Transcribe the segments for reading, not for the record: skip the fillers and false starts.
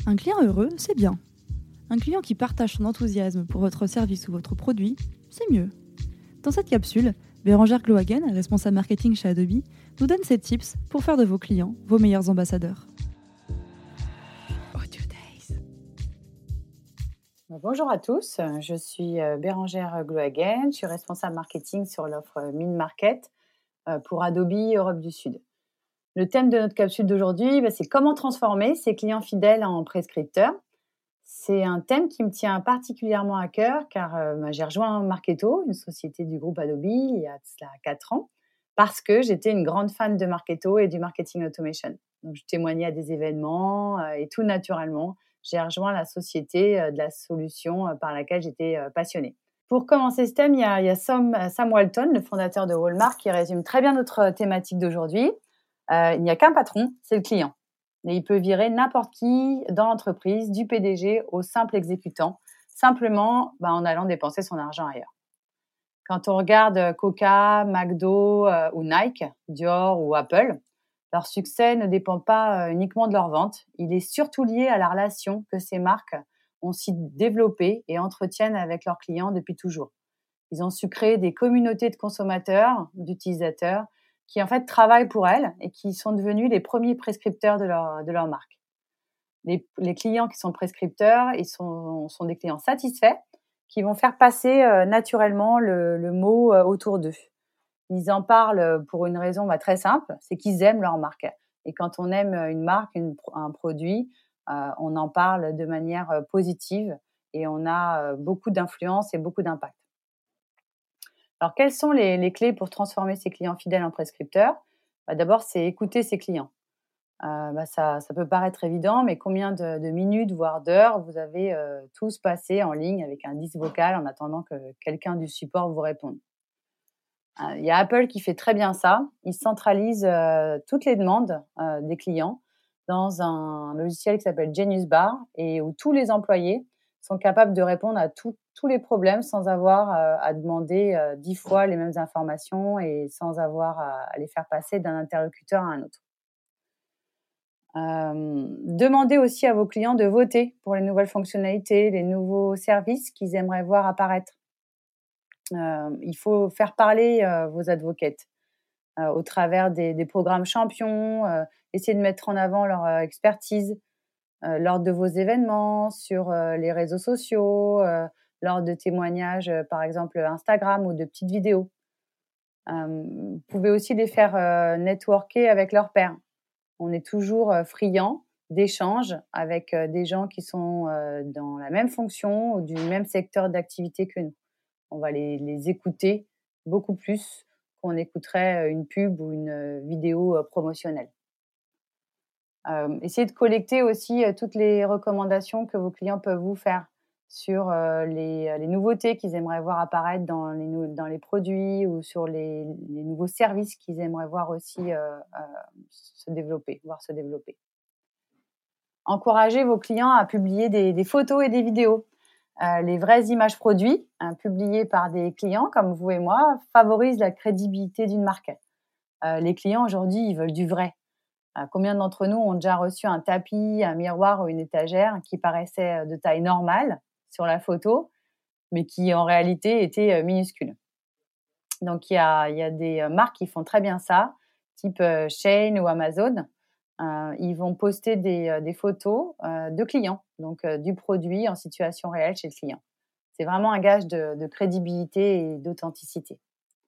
Un client heureux, c'est bien. Un client qui partage son enthousiasme pour votre service ou votre produit, c'est mieux. Dans cette capsule, Bérangère Glohagen, responsable marketing chez Adobe, nous donne ses tips pour faire de vos clients vos meilleurs ambassadeurs. Audio Days. Bonjour à tous, je suis Bérangère Glohagen, je suis responsable marketing sur l'offre Mid-Market pour Adobe Europe du Sud. Le thème de notre capsule d'aujourd'hui, c'est comment transformer ses clients fidèles en prescripteurs. C'est un thème qui me tient particulièrement à cœur car j'ai rejoint Marketo, une société du groupe Adobe, il y a cela 4 ans, parce que j'étais une grande fan de Marketo et du marketing automation. Donc, je témoignais à des événements et tout naturellement, j'ai rejoint la société de la solution par laquelle j'étais passionnée. Pour commencer ce thème, il y a Sam Walton, le fondateur de Walmart, qui résume très bien notre thématique d'aujourd'hui. Il n'y a qu'un patron, c'est le client. Et il peut virer n'importe qui dans l'entreprise, du PDG au simple exécutant, simplement en allant dépenser son argent ailleurs. Quand on regarde Coca, McDo ou Nike, Dior ou Apple, leur succès ne dépend pas uniquement de leur vente. Il est surtout lié à la relation que ces marques ont su développer et entretiennent avec leurs clients depuis toujours. Ils ont su créer des communautés de consommateurs, d'utilisateurs, qui en fait travaillent pour elles et qui sont devenus les premiers prescripteurs de leur marque. Les clients qui sont prescripteurs, ils sont des clients satisfaits qui vont faire passer naturellement le mot autour d'eux. Ils en parlent pour une raison très simple, c'est qu'ils aiment leur marque. Et quand on aime une marque, un produit, on en parle de manière positive et on a beaucoup d'influence et beaucoup d'impact. Alors, quelles sont les clés pour transformer ses clients fidèles en prescripteurs ? D'abord, c'est écouter ses clients. Ça peut paraître évident, mais combien de minutes, voire d'heures, vous avez tous passé en ligne avec un disque vocal en attendant que quelqu'un du support vous réponde ? Il y a Apple qui fait très bien ça. Il centralise toutes les demandes des clients dans un logiciel qui s'appelle Genius Bar et où tous les employés sont capables de répondre à tous les problèmes sans avoir à demander 10 fois les mêmes informations et sans avoir à les faire passer d'un interlocuteur à un autre. Demandez aussi à vos clients de voter pour les nouvelles fonctionnalités, les nouveaux services qu'ils aimeraient voir apparaître. Il faut faire parler vos advocates au travers des programmes champions, essayer de mettre en avant leur expertise lors de vos événements, sur les réseaux sociaux, lors de témoignages, par exemple Instagram ou de petites vidéos. Vous pouvez aussi les faire networker avec leurs pairs. On est toujours friand d'échanges avec des gens qui sont dans la même fonction ou du même secteur d'activité que nous. On va les écouter beaucoup plus qu'on écouterait une pub ou une vidéo promotionnelle. Essayez de collecter aussi toutes les recommandations que vos clients peuvent vous faire sur les nouveautés qu'ils aimeraient voir apparaître dans les produits ou sur les nouveaux services qu'ils aimeraient voir aussi se développer. Encouragez vos clients à publier des photos et des vidéos. Les vraies images produits, publiées par des clients comme vous et moi, favorisent la crédibilité d'une marque. Les clients aujourd'hui, ils veulent du vrai. Combien d'entre nous ont déjà reçu un tapis, un miroir ou une étagère qui paraissait de taille normale sur la photo, mais qui en réalité était minuscule. Donc il y a des marques qui font très bien ça, type Shein ou Amazon. Ils vont poster des photos de clients, donc du produit en situation réelle chez le client. C'est vraiment un gage de crédibilité et d'authenticité.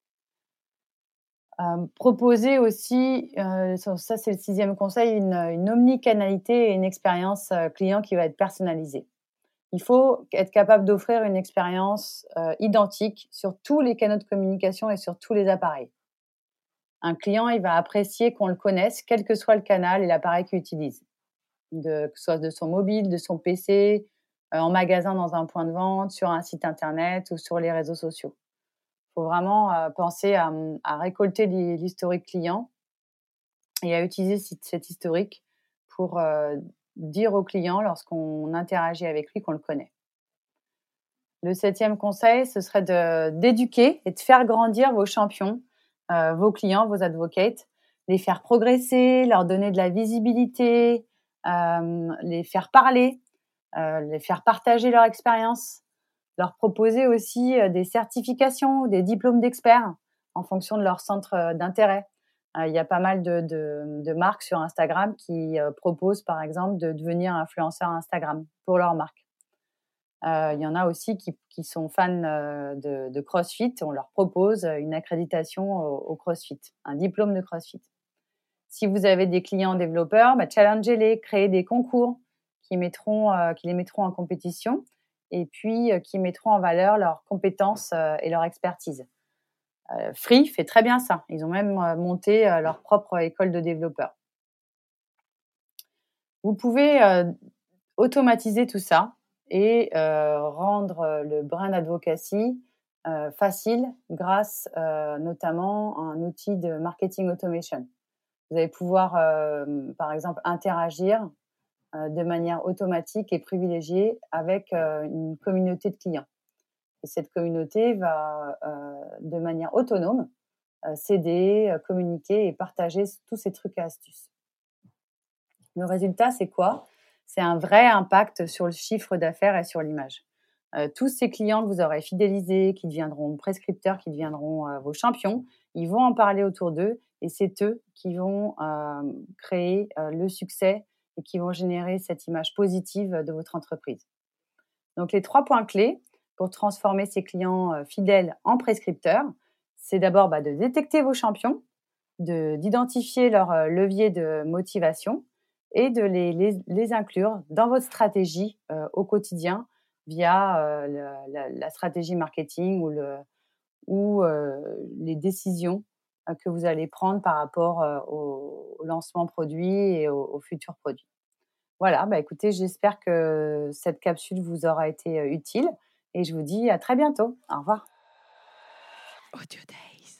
Proposer aussi, ça c'est le 6e conseil, une omnicanalité et une expérience client qui va être personnalisée. Il faut être capable d'offrir une expérience identique sur tous les canaux de communication et sur tous les appareils. Un client, il va apprécier qu'on le connaisse, quel que soit le canal et l'appareil qu'il utilise. Que ce soit de son mobile, de son PC, en magasin dans un point de vente, sur un site internet ou sur les réseaux sociaux. Il faut vraiment penser à récolter l'historique client et à utiliser cet historique pour dire au client, lorsqu'on interagit avec lui, qu'on le connaît. Le 7e conseil, ce serait d'éduquer et de faire grandir vos champions, vos clients, vos advocates, les faire progresser, leur donner de la visibilité, les faire parler, les faire partager leur expérience, leur proposer aussi des certifications ou des diplômes d'experts en fonction de leur centre d'intérêt. Il y a pas mal de marques sur Instagram qui proposent, par exemple, de devenir influenceur Instagram pour leur marque. Il y en a aussi qui sont fans de CrossFit. On leur propose une accréditation au CrossFit, un diplôme de CrossFit. Si vous avez des clients développeurs, challengez-les, créez des concours qui les mettront en compétition et puis qui mettront en valeur leurs compétences et leur expertise. Free fait très bien ça. Ils ont même monté leur propre école de développeurs. Vous pouvez automatiser tout ça et rendre le brand advocacy facile grâce notamment à un outil de marketing automation. Vous allez pouvoir, par exemple, interagir de manière automatique et privilégiée avec une communauté de clients. Et cette communauté va, de manière autonome, s'aider, communiquer et partager tous ces trucs et astuces. Le résultat, c'est quoi? C'est un vrai impact sur le chiffre d'affaires et sur l'image. Tous ces clients que vous aurez fidélisés, qui deviendront prescripteurs, qui deviendront vos champions, ils vont en parler autour d'eux et c'est eux qui vont créer le succès et qui vont générer cette image positive de votre entreprise. Donc, les 3 points clés pour transformer ces clients fidèles en prescripteurs, c'est d'abord de détecter vos champions, d'identifier leur levier de motivation et de les inclure dans votre stratégie au quotidien via la stratégie marketing ou les décisions que vous allez prendre par rapport au lancement produit et aux futurs produits. Voilà, écoutez, j'espère que cette capsule vous aura été utile et je vous dis à très bientôt. Au revoir. Audio Days.